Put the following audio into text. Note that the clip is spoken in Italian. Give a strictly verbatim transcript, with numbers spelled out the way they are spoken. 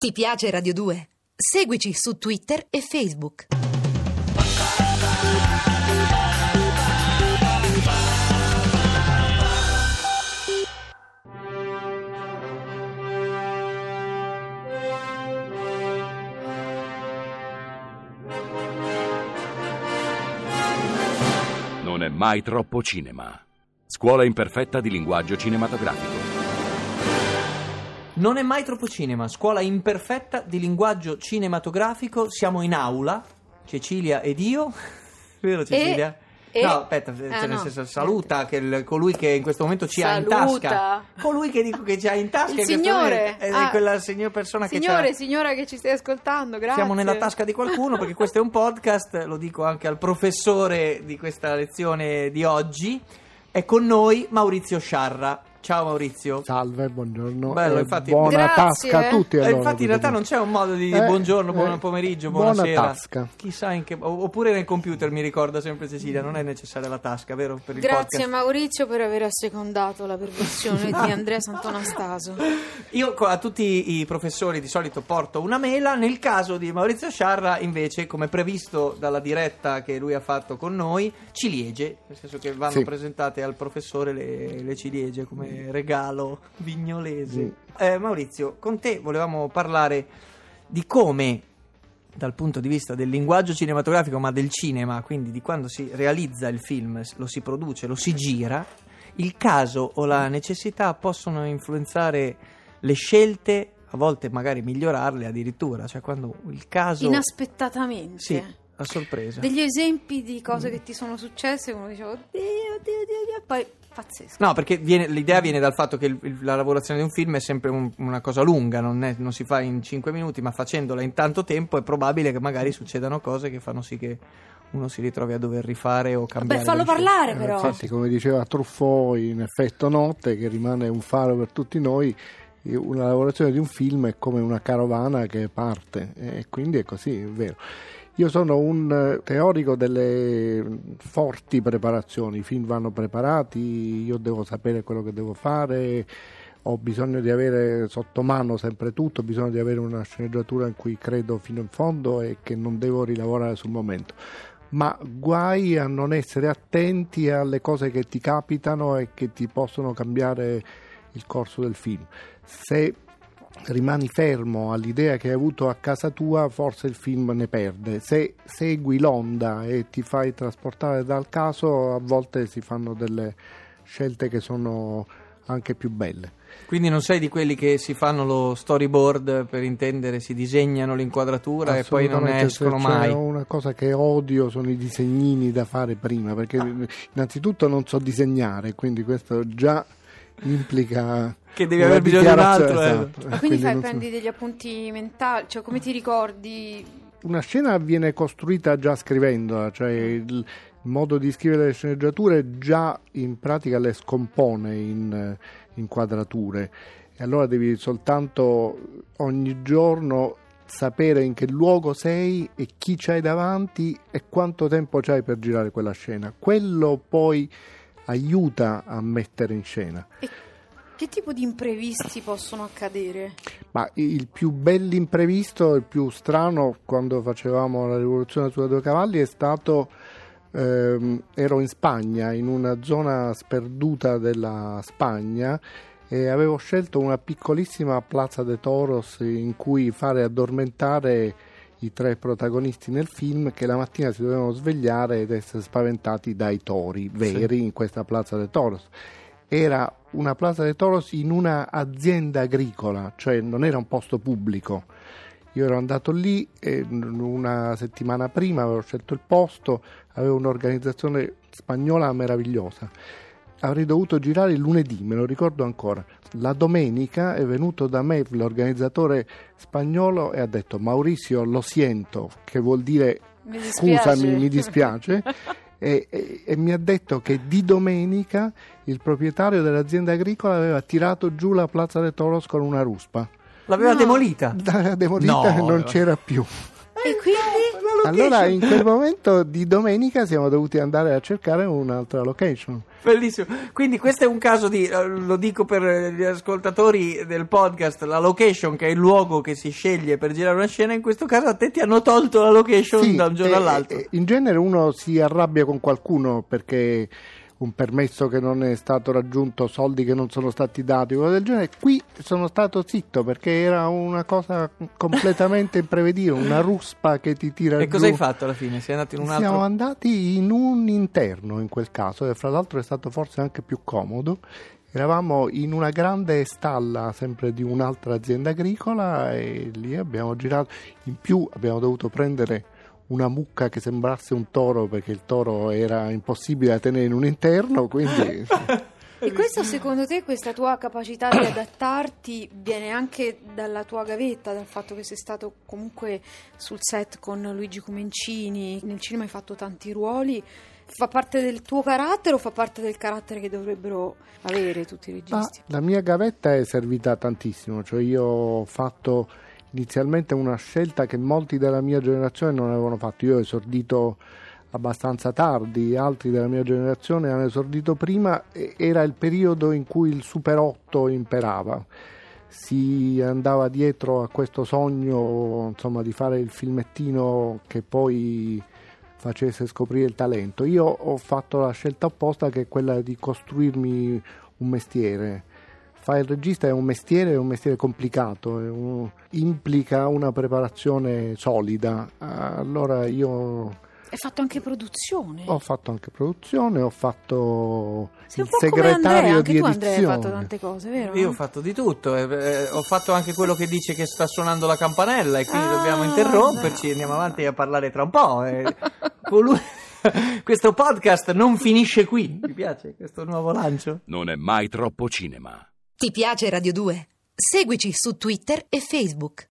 Ti piace Radio due? Seguici su Twitter e Facebook. Non è mai troppo cinema. Scuola imperfetta di linguaggio cinematografico. Non è mai troppo cinema, scuola imperfetta di linguaggio cinematografico. Siamo in aula, Cecilia ed io. Vero Cecilia? E? No, aspetta, cioè Ah, nel no. senso, saluta che il- colui che in questo momento ci ha in Saluta. tasca. Colui che dico che ci ha in tasca. Il in questo signore. momento È, è Ah. quella signor persona che Signore, c'ha. signora che ci stai ascoltando, grazie. Siamo nella tasca di qualcuno perché questo è un podcast, lo dico anche al professore di questa lezione di oggi. È con noi Maurizio Sciarra. Ciao Maurizio. Salve, buongiorno. Bello, Eh, infatti- buona Grazie. tasca a tutti. Eh, allora, infatti in realtà non c'è un modo di dire Eh, buongiorno, buon eh, pomeriggio, buona buonasera. tasca. Chissà in che. Oppure nel computer, mi ricorda sempre Cecilia, non è necessaria la tasca, vero? Per il Grazie podcast. Maurizio per aver assecondato la perversione di Andrea Sant'Anastaso. Io co- a tutti i professori di solito porto una mela. Nel caso di Maurizio Sciarra, invece, come previsto dalla diretta che lui ha fatto con noi, ciliegie, nel senso che vanno Sì. presentate al professore le, le ciliegie come regalo vignolese. Sì. Eh, Maurizio, con te volevamo parlare di come, dal punto di vista del linguaggio cinematografico, ma del cinema, quindi di quando si realizza il film, lo si produce, lo si gira, il caso o la necessità possono influenzare le scelte, a volte magari migliorarle addirittura, cioè quando il caso... Inaspettatamente. Sì, a sorpresa. Degli esempi di cose che ti sono successe, uno diceva oddio, oddio, oddio, oddio, e poi pazzesco. No, perché viene- l'idea viene dal fatto che il- il- la lavorazione di un film è sempre un- una cosa lunga, non, è- non si fa in cinque minuti, ma facendola in tanto tempo è probabile che magari succedano cose che fanno sì che uno si ritrovi a dover rifare o cambiare. Beh, fallo delle scelte. parlare Eh, però. Infatti, come diceva Truffaut in Effetto Notte, che rimane un faro per tutti noi, eh, una lavorazione di un film è come una carovana che parte, e quindi è così, è vero. Io sono un eh, teorico delle forti preparazioni, i film vanno preparati, io devo sapere quello che devo fare, ho bisogno di avere sotto mano sempre tutto, ho bisogno di avere una sceneggiatura in cui credo fino in fondo e che non devo rilavorare sul momento. Ma guai a non essere attenti alle cose che ti capitano e che ti possono cambiare il corso del film. Se rimani fermo all'idea che hai avuto a casa tua, forse il film ne perde. Se segui l'onda e ti fai trasportare dal caso, a volte si fanno delle scelte che sono anche più belle. Quindi non sei di quelli che si fanno lo storyboard, per intendere, si disegnano l'inquadratura e poi non ne Assolutamente, escono se mai. c'è una cosa che odio sono i disegnini da fare prima, perché innanzitutto non so disegnare, quindi questo già implica Che devi una aver bisogno di un dichiarazione, altro, eh. esatto. Ma Eh, quindi fai, non so- prendi degli appunti mentali, cioè come ti ricordi? Una scena viene costruita già scrivendola, cioè il modo di scrivere le sceneggiature già in pratica le scompone in eh, inquadrature, e allora devi soltanto ogni giorno sapere in che luogo sei e chi c'hai davanti e quanto tempo c'hai per girare quella scena. Quello poi aiuta a mettere in scena. E che tipo di imprevisti possono accadere? Ma il più bell'imprevisto, il più strano, quando facevamo la rivoluzione sulla due cavalli, è stato ehm, ero in Spagna, in una zona sperduta della Spagna, e avevo scelto una piccolissima Plaza de Toros in cui fare addormentare i tre protagonisti nel film, che la mattina si dovevano svegliare ed essere spaventati dai tori veri, sì, in questa Plaza de Toros. Era una Plaza de Toros in una azienda agricola, cioè non era un posto pubblico. Io ero andato lì e una settimana prima avevo scelto il posto, avevo un'organizzazione spagnola meravigliosa. Avrei dovuto girare il lunedì, me lo ricordo ancora. La domenica è venuto da me l'organizzatore spagnolo e ha detto: Maurizio, lo siento, che vuol dire Mi dispiace. scusami, mi dispiace. E, e, e mi ha detto che di domenica il proprietario dell'azienda agricola aveva tirato giù la Plaza de Toros con una ruspa. L'aveva No. demolita. Da demolita No, non eh. c'era più. E quindi? location. Allora in quel momento di domenica siamo dovuti andare a cercare un'altra location. Bellissimo. Quindi questo è un caso di, eh, lo dico per gli ascoltatori del podcast, la location, che è il luogo che si sceglie per girare una scena, in questo caso a te ti hanno tolto la location Sì, da un giorno eh, all'altro. eh, in genere uno si arrabbia con qualcuno perché un permesso che non è stato raggiunto, soldi che non sono stati dati, cose del genere. Qui sono stato zitto perché era una cosa completamente imprevedibile, una ruspa che ti tira E giù. cosa hai fatto alla fine? Sei andato in un altro? Siamo andati in un interno in quel caso, e fra l'altro è stato forse anche più comodo. Eravamo in una grande stalla sempre di un'altra azienda agricola e lì abbiamo girato. In più abbiamo dovuto prendere una mucca che sembrasse un toro perché il toro era impossibile da tenere in un interno, quindi... E questo secondo te, questa tua capacità di adattarti viene anche dalla tua gavetta, dal fatto che sei stato comunque sul set con Luigi Comencini, nel cinema hai fatto tanti ruoli, fa parte del tuo carattere o fa parte del carattere che dovrebbero avere tutti i registi? Ah, la mia gavetta è servita tantissimo, cioè io ho fatto inizialmente una scelta che molti della mia generazione non avevano fatto. Io ho esordito abbastanza tardi, altri della mia generazione hanno esordito prima, e era il periodo in cui il Super otto imperava. Si andava dietro a questo sogno, insomma, di fare il filmettino che poi facesse scoprire il talento. Io ho fatto la scelta opposta, che è quella di costruirmi un mestiere. Fare il regista è un mestiere, è un mestiere complicato, è un, implica una preparazione solida. Allora io Hai fatto anche produzione? ho fatto anche produzione, ho fatto Sei il un po' come segretario Andrea, anche di tu Andrea hai edizione. fatto tante cose, vero? Io ho fatto di tutto, eh, eh, ho fatto anche quello che dice che sta suonando la campanella e quindi Ah, dobbiamo interromperci e andiamo avanti a parlare tra un po'. eh. Colui- Questo podcast non finisce qui. Mi piace questo nuovo lancio? Non è mai troppo cinema. Ti piace Radio due? Seguici su Twitter e Facebook.